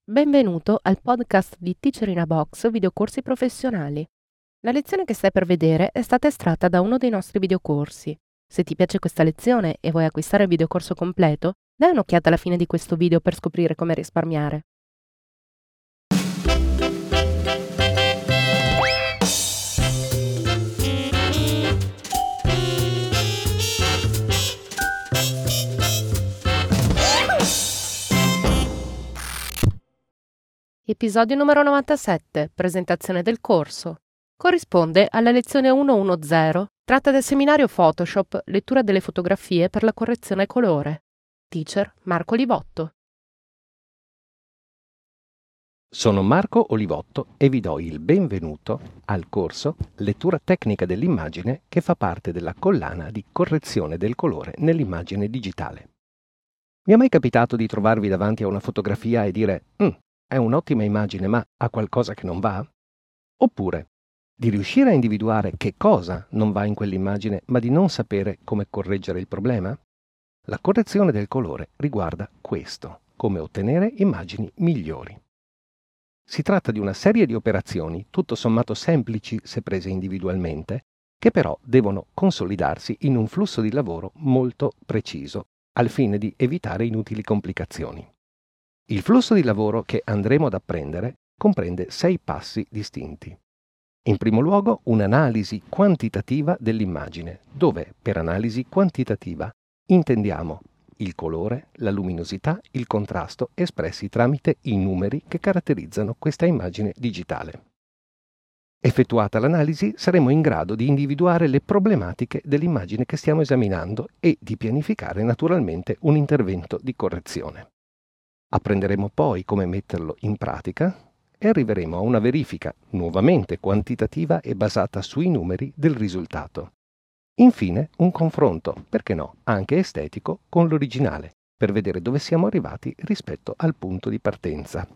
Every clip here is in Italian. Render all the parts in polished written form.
Benvenuto al podcast di Teacher in a Box videocorsi professionali. La lezione che stai per vedere è stata estratta da uno dei nostri videocorsi. Se ti piace questa lezione e vuoi acquistare il videocorso completo, dai un'occhiata alla fine di questo video per scoprire come risparmiare. Episodio numero 97, presentazione del corso. Corrisponde alla lezione 110, tratta del seminario Photoshop, lettura delle fotografie per la correzione colore. Teacher Marco Olivotto. Sono Marco Olivotto e vi do il benvenuto al corso Lettura tecnica dell'immagine che fa parte della collana di correzione del colore nell'immagine digitale. Vi è mai capitato di trovarvi davanti a una fotografia e dire è un'ottima immagine ma ha qualcosa che non va? Oppure di riuscire a individuare che cosa non va in quell'immagine ma di non sapere come correggere il problema? La correzione del colore riguarda questo, come ottenere immagini migliori. Si tratta di una serie di operazioni tutto sommato semplici se prese individualmente, che però devono consolidarsi in un flusso di lavoro molto preciso, al fine di evitare inutili complicazioni. Il flusso di lavoro che andremo ad apprendere comprende 6 passi distinti. In primo luogo, un'analisi quantitativa dell'immagine, dove per analisi quantitativa intendiamo il colore, la luminosità, il contrasto espressi tramite i numeri che caratterizzano questa immagine digitale. Effettuata l'analisi, saremo in grado di individuare le problematiche dell'immagine che stiamo esaminando e di pianificare naturalmente un intervento di correzione. Apprenderemo poi come metterlo in pratica e arriveremo a una verifica nuovamente quantitativa e basata sui numeri del risultato. Infine, un confronto, perché no, anche estetico, con l'originale, per vedere dove siamo arrivati rispetto al punto di partenza.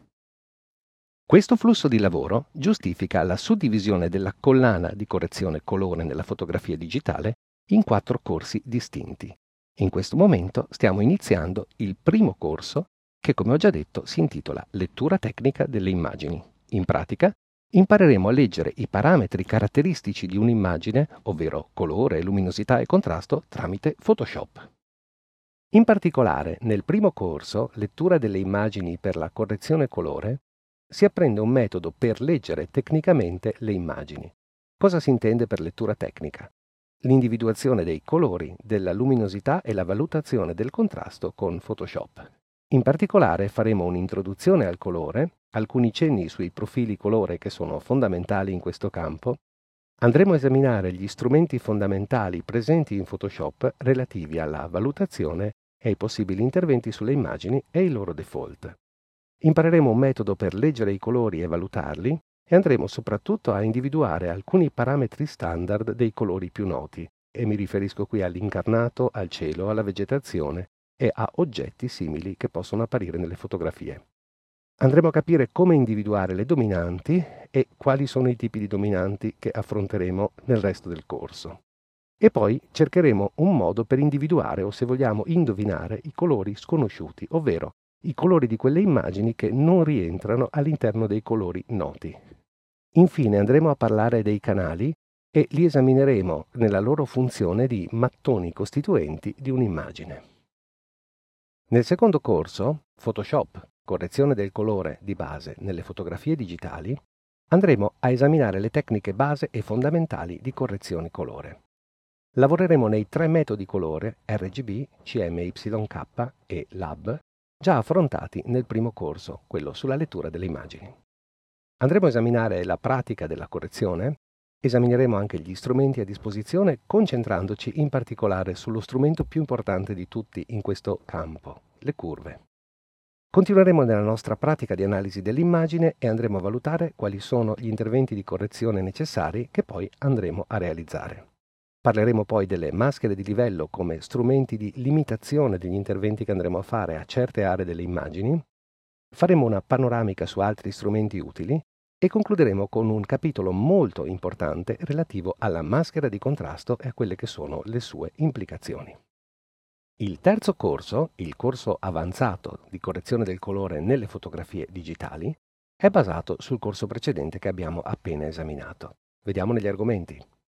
Questo flusso di lavoro giustifica la suddivisione della collana di correzione colore nella fotografia digitale in 4 corsi distinti. In questo momento stiamo iniziando il primo corso che, come ho già detto, si intitola Lettura tecnica delle immagini. In pratica, impareremo a leggere i parametri caratteristici di un'immagine, ovvero colore, luminosità e contrasto, tramite Photoshop. In particolare, nel primo corso, Lettura delle immagini per la correzione colore, si apprende un metodo per leggere tecnicamente le immagini. Cosa si intende per lettura tecnica? L'individuazione dei colori, della luminosità e la valutazione del contrasto con Photoshop. In particolare faremo un'introduzione al colore, alcuni cenni sui profili colore che sono fondamentali in questo campo. Andremo a esaminare gli strumenti fondamentali presenti in Photoshop relativi alla valutazione e ai possibili interventi sulle immagini e i loro default. Impareremo un metodo per leggere i colori e valutarli e andremo soprattutto a individuare alcuni parametri standard dei colori più noti, e mi riferisco qui all'incarnato, al cielo, alla vegetazione e a oggetti simili che possono apparire nelle fotografie. Andremo a capire come individuare le dominanti e quali sono i tipi di dominanti che affronteremo nel resto del corso. E poi cercheremo un modo per individuare o, se vogliamo, indovinare i colori sconosciuti, ovvero i colori di quelle immagini che non rientrano all'interno dei colori noti. Infine andremo a parlare dei canali e li esamineremo nella loro funzione di mattoni costituenti di un'immagine. Nel secondo corso, Photoshop, correzione del colore di base nelle fotografie digitali, andremo a esaminare le tecniche base e fondamentali di correzione colore. Lavoreremo nei 3 metodi colore RGB, CMYK e Lab, già affrontati nel primo corso, quello sulla lettura delle immagini. Andremo a esaminare la pratica della correzione. Esamineremo anche gli strumenti a disposizione, concentrandoci in particolare sullo strumento più importante di tutti in questo campo, le curve. Continueremo nella nostra pratica di analisi dell'immagine e andremo a valutare quali sono gli interventi di correzione necessari che poi andremo a realizzare. Parleremo poi delle maschere di livello come strumenti di limitazione degli interventi che andremo a fare a certe aree delle immagini. Faremo una panoramica su altri strumenti utili e concluderemo con un capitolo molto importante relativo alla maschera di contrasto e a quelle che sono le sue implicazioni. Il terzo corso, il corso avanzato di correzione del colore nelle fotografie digitali, è basato sul corso precedente che abbiamo appena esaminato. Vediamone gli argomenti.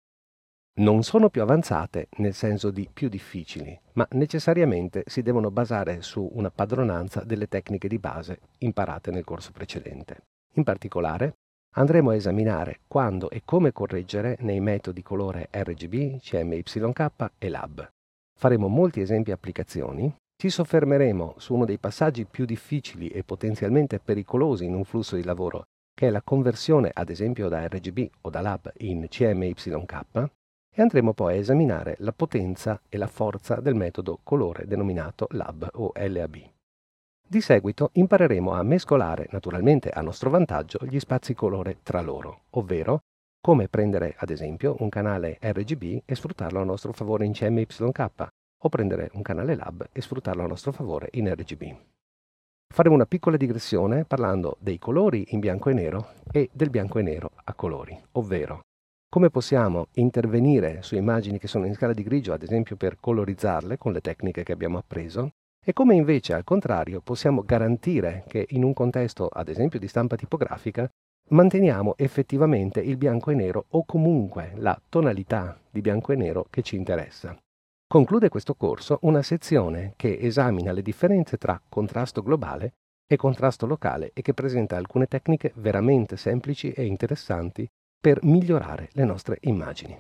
Non sono più avanzate nel senso di più difficili, ma necessariamente si devono basare su una padronanza delle tecniche di base imparate nel corso precedente. In particolare, andremo a esaminare quando e come correggere nei metodi colore RGB, CMYK e Lab. Faremo molti esempi e applicazioni, ci soffermeremo su uno dei passaggi più difficili e potenzialmente pericolosi in un flusso di lavoro, che è la conversione ad esempio da RGB o da Lab in CMYK, e andremo poi a esaminare la potenza e la forza del metodo colore denominato Lab o LAB. Di seguito impareremo a mescolare, naturalmente a nostro vantaggio, gli spazi colore tra loro, ovvero come prendere ad esempio un canale RGB e sfruttarlo a nostro favore in CMYK o prendere un canale Lab e sfruttarlo a nostro favore in RGB. Faremo una piccola digressione parlando dei colori in bianco e nero e del bianco e nero a colori, ovvero come possiamo intervenire su immagini che sono in scala di grigio, ad esempio per colorizzarle con le tecniche che abbiamo appreso, e come invece al contrario possiamo garantire che in un contesto ad esempio di stampa tipografica manteniamo effettivamente il bianco e nero o comunque la tonalità di bianco e nero che ci interessa. Conclude questo corso una sezione che esamina le differenze tra contrasto globale e contrasto locale e che presenta alcune tecniche veramente semplici e interessanti per migliorare le nostre immagini.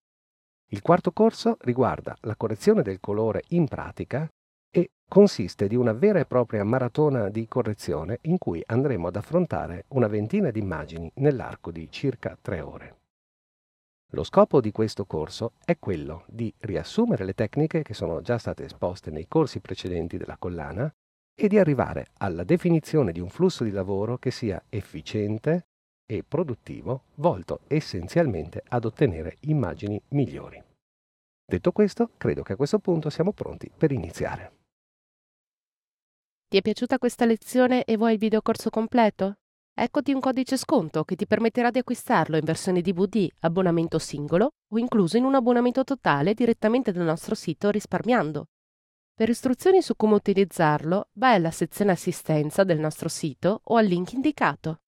Il quarto corso riguarda la correzione del colore in pratica e consiste di una vera e propria maratona di correzione in cui andremo ad affrontare una ventina di immagini nell'arco di circa 3 ore. Lo scopo di questo corso è quello di riassumere le tecniche che sono già state esposte nei corsi precedenti della collana e di arrivare alla definizione di un flusso di lavoro che sia efficiente e produttivo, volto essenzialmente ad ottenere immagini migliori. Detto questo, credo che a questo punto siamo pronti per iniziare. Ti è piaciuta questa lezione e vuoi il videocorso completo? Eccoti un codice sconto che ti permetterà di acquistarlo in versione DVD, abbonamento singolo o incluso in un abbonamento totale direttamente dal nostro sito risparmiando. Per istruzioni su come utilizzarlo, vai alla sezione assistenza del nostro sito o al link indicato.